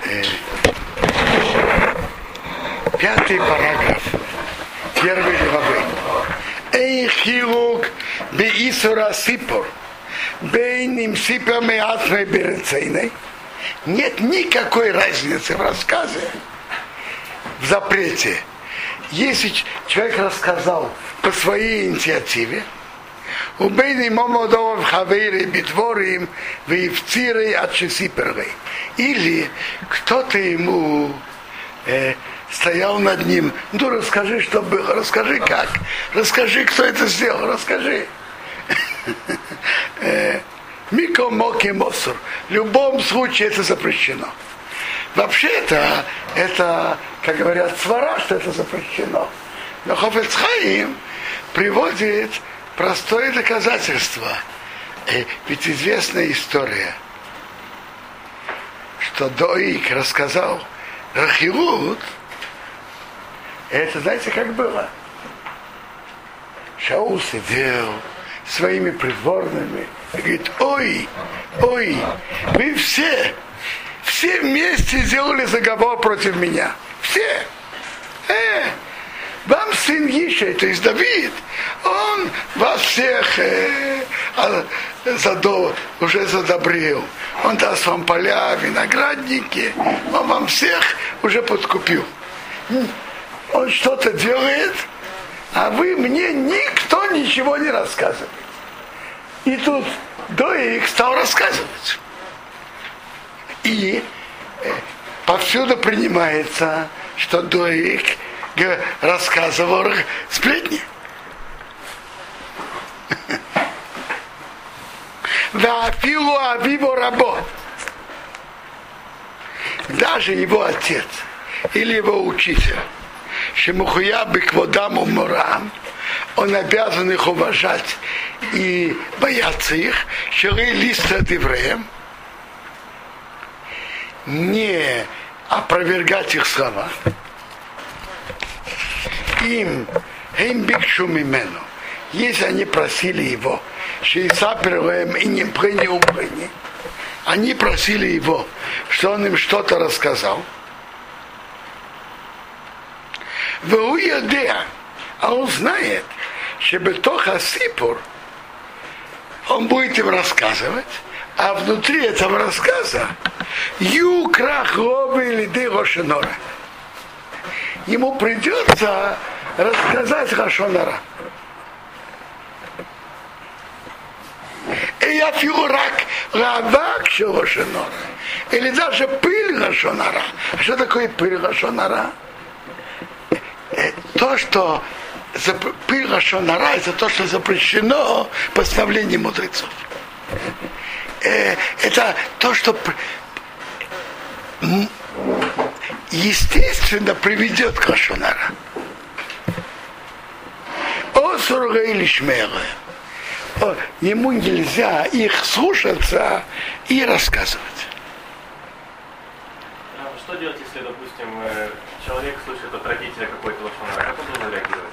5 параграф 1 главы. Эй хилук беисура сипор бейним сипами атмой берецейной. Нет никакой разницы в рассказе, в запрете. Если человек рассказал по своей инициативе, или кто-то ему стоял над ним, ну расскажи, что было, расскажи как, расскажи, кто это сделал, расскажи. Мико моки мосур. В любом случае это запрещено. Вообще-то, это, как говорят, свара, что это запрещено. Но Хафец Хаим приводит простое доказательство. Ведь известная история, что Доик рассказал Рахилут, это знаете, как было? Шаул сидел своими придворными и говорит: ой, вы все вместе сделали заговор против меня. Все. Вам сын Ишай, то есть Давид, он вас всех уже задобрил. Он даст вам поля, виноградники, он вам всех уже подкупил. Он что-то делает, а вы мне никто ничего не рассказывает. И тут Доик стал рассказывать. И повсюду принимается, что Доик рассказывал сплетни. Даже его отец или его учитель, Шемухуя бикводам уморам, он обязан их уважать и бояться их, шеры листа евреям, не опровергать их слова. Им бикшу мимену, если они просили его, шейсаперлэм и не упрыни, они просили его, что он им что-то рассказал. А он знает, что бетоха сипур, он будет им рассказывать, а внутри этого рассказа ему придется рассказать Лашон-ара. Или даже пыль Лашон-ара. А что такое пыль Лашон-ара? То, что пыль Лашон-ара, это то, что запрещено постановлением мудрецов. Это то, что естественно приведет к Лашон-ара. Осурга или шмера. Ему нельзя их слушаться и рассказывать. А что делать, если, допустим, человек слышит от родителя какой-то лошон-ара? Как он должен реагировать?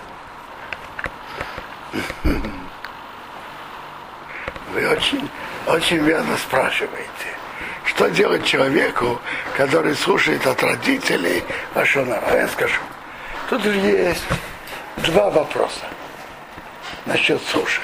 Вы очень верно спрашиваете. Что делать человеку, который слушает от родителей лошон-ара? Я скажу. Тут же есть 2 вопроса насчет слушать.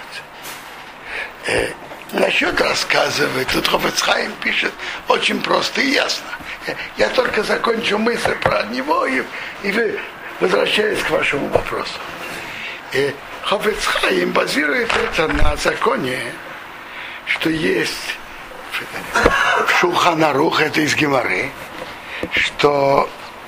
Насчет рассказывать, тут Хафец Хаим пишет очень просто и ясно. Я только закончу мысль про него и вы возвращаясь к вашему вопросу. Хафец Хаим базирует это на законе, что есть в Шулхан Арух, это из Гемары, что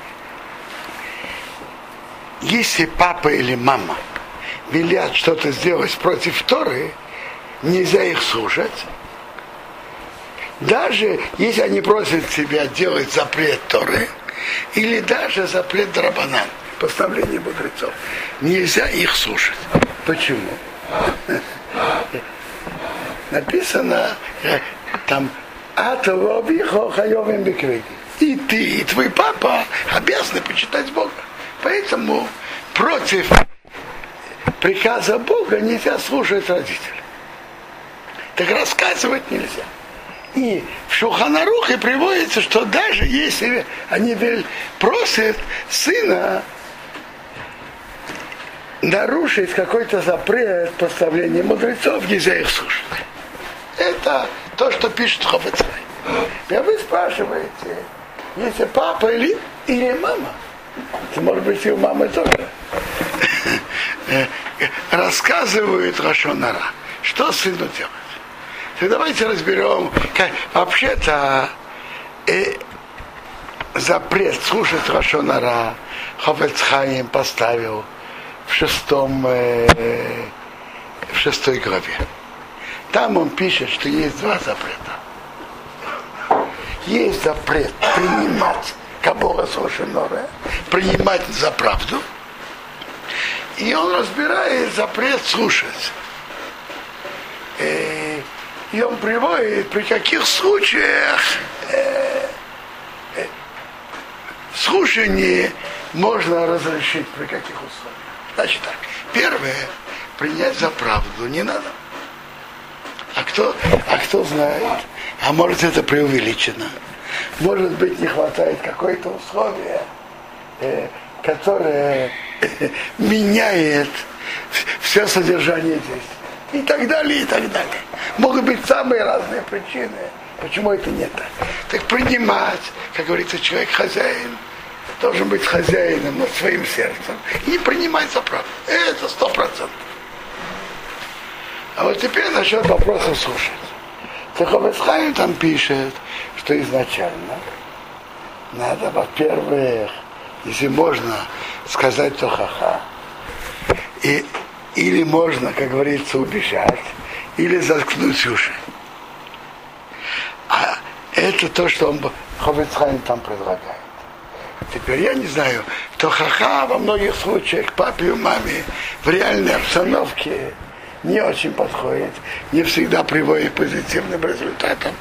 если папа или мама велят что-то сделать против Торы, нельзя их слушать. Даже если они просят тебя делать запрет Торы, или даже запрет Драбанан, постановление мудрецов, нельзя их слушать. Почему? Написано там: и ты, и твой папа обязаны почитать Бога. Поэтому против приказа Бога нельзя слушать родителей. Так рассказывать нельзя. И в Шулхан Арухе приводится, что даже если они просят сына нарушить какой-то запрет поставления мудрецов, нельзя их слушать. Это то, что пишет Хафец Хаим. И вы спрашиваете, если папа или мама, это может быть и у мамы тоже, рассказывают лашон ара, что сыну делать. Так давайте разберем, как вообще-то запрет слушать лашон ара Хафец Хаим поставил в 6 главе. Там он пишет, что есть 2 запрета. Есть запрет принимать Кабола Сошинора, принимать за правду. И он разбирает запрет слушать. И он приводит, при каких случаях слушание можно разрешить, при каких условиях. Значит так, первое, принять за правду не надо. А кто знает, а может это преувеличено. Может быть, не хватает какое-то условие, которое меняет все содержание действия. И так далее, и так далее. Могут быть самые разные причины, почему это не так. Так принимать, как говорится, человек хозяин, должен быть хозяином над своим сердцем. И не принимать за правду. Это 100%. А вот теперь насчет вопроса слушать. Хафец Хаим там пишет, что изначально надо, во-первых, если можно сказать тохаха, или можно, как говорится, убежать, или заткнуть уши. А это то, что Хафец Хаим там предлагает. Теперь я не знаю, тохаха во многих случаях папе и маме в реальной обстановке не очень подходит, не всегда приводит к позитивным результатам.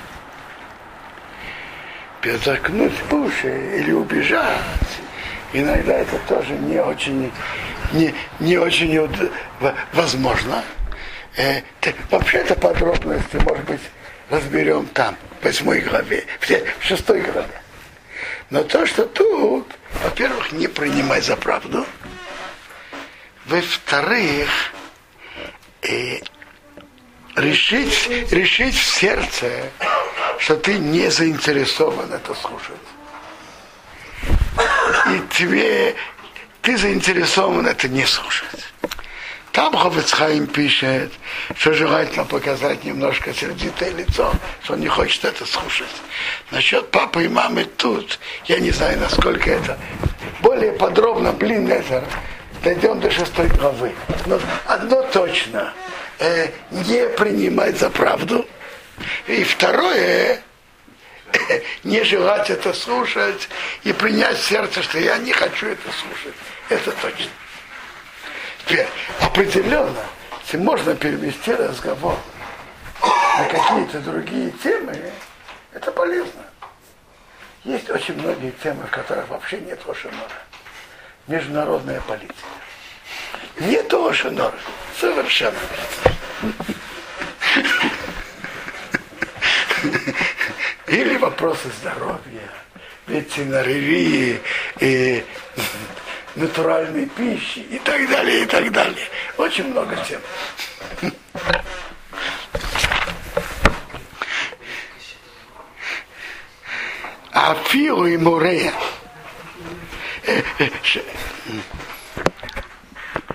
Заткнуть уши или убежать, иногда это тоже не очень возможно. Вообще-то подробности, может быть, разберем там, в 8 главе, в 6 главе. Но то, что тут, во-первых, не принимай за правду, во-вторых, решить в сердце, что ты не заинтересован это слушать. И ты заинтересован это не слушать. Там Хафец Хаим пишет, что желательно показать немножко сердитое лицо, что он не хочет это слушать. Насчет папы и мамы тут, я не знаю, насколько это. Более подробно, это дойдем до 6 главы. Но одно точно, не принимать за правду. И второе, не желать это слушать и принять в сердце, что я не хочу это слушать. Это точно. Теперь, определенно, если можно перевести разговор на какие-то другие темы, это полезно. Есть очень многие темы, в которых вообще нет лошон ара. Международная политика. Нет лошон ара. Совершенно. Или вопросы здоровья, ветеринарии, натуральной пищи и так далее, и так далее. Очень много тем. Афилу и Мурея.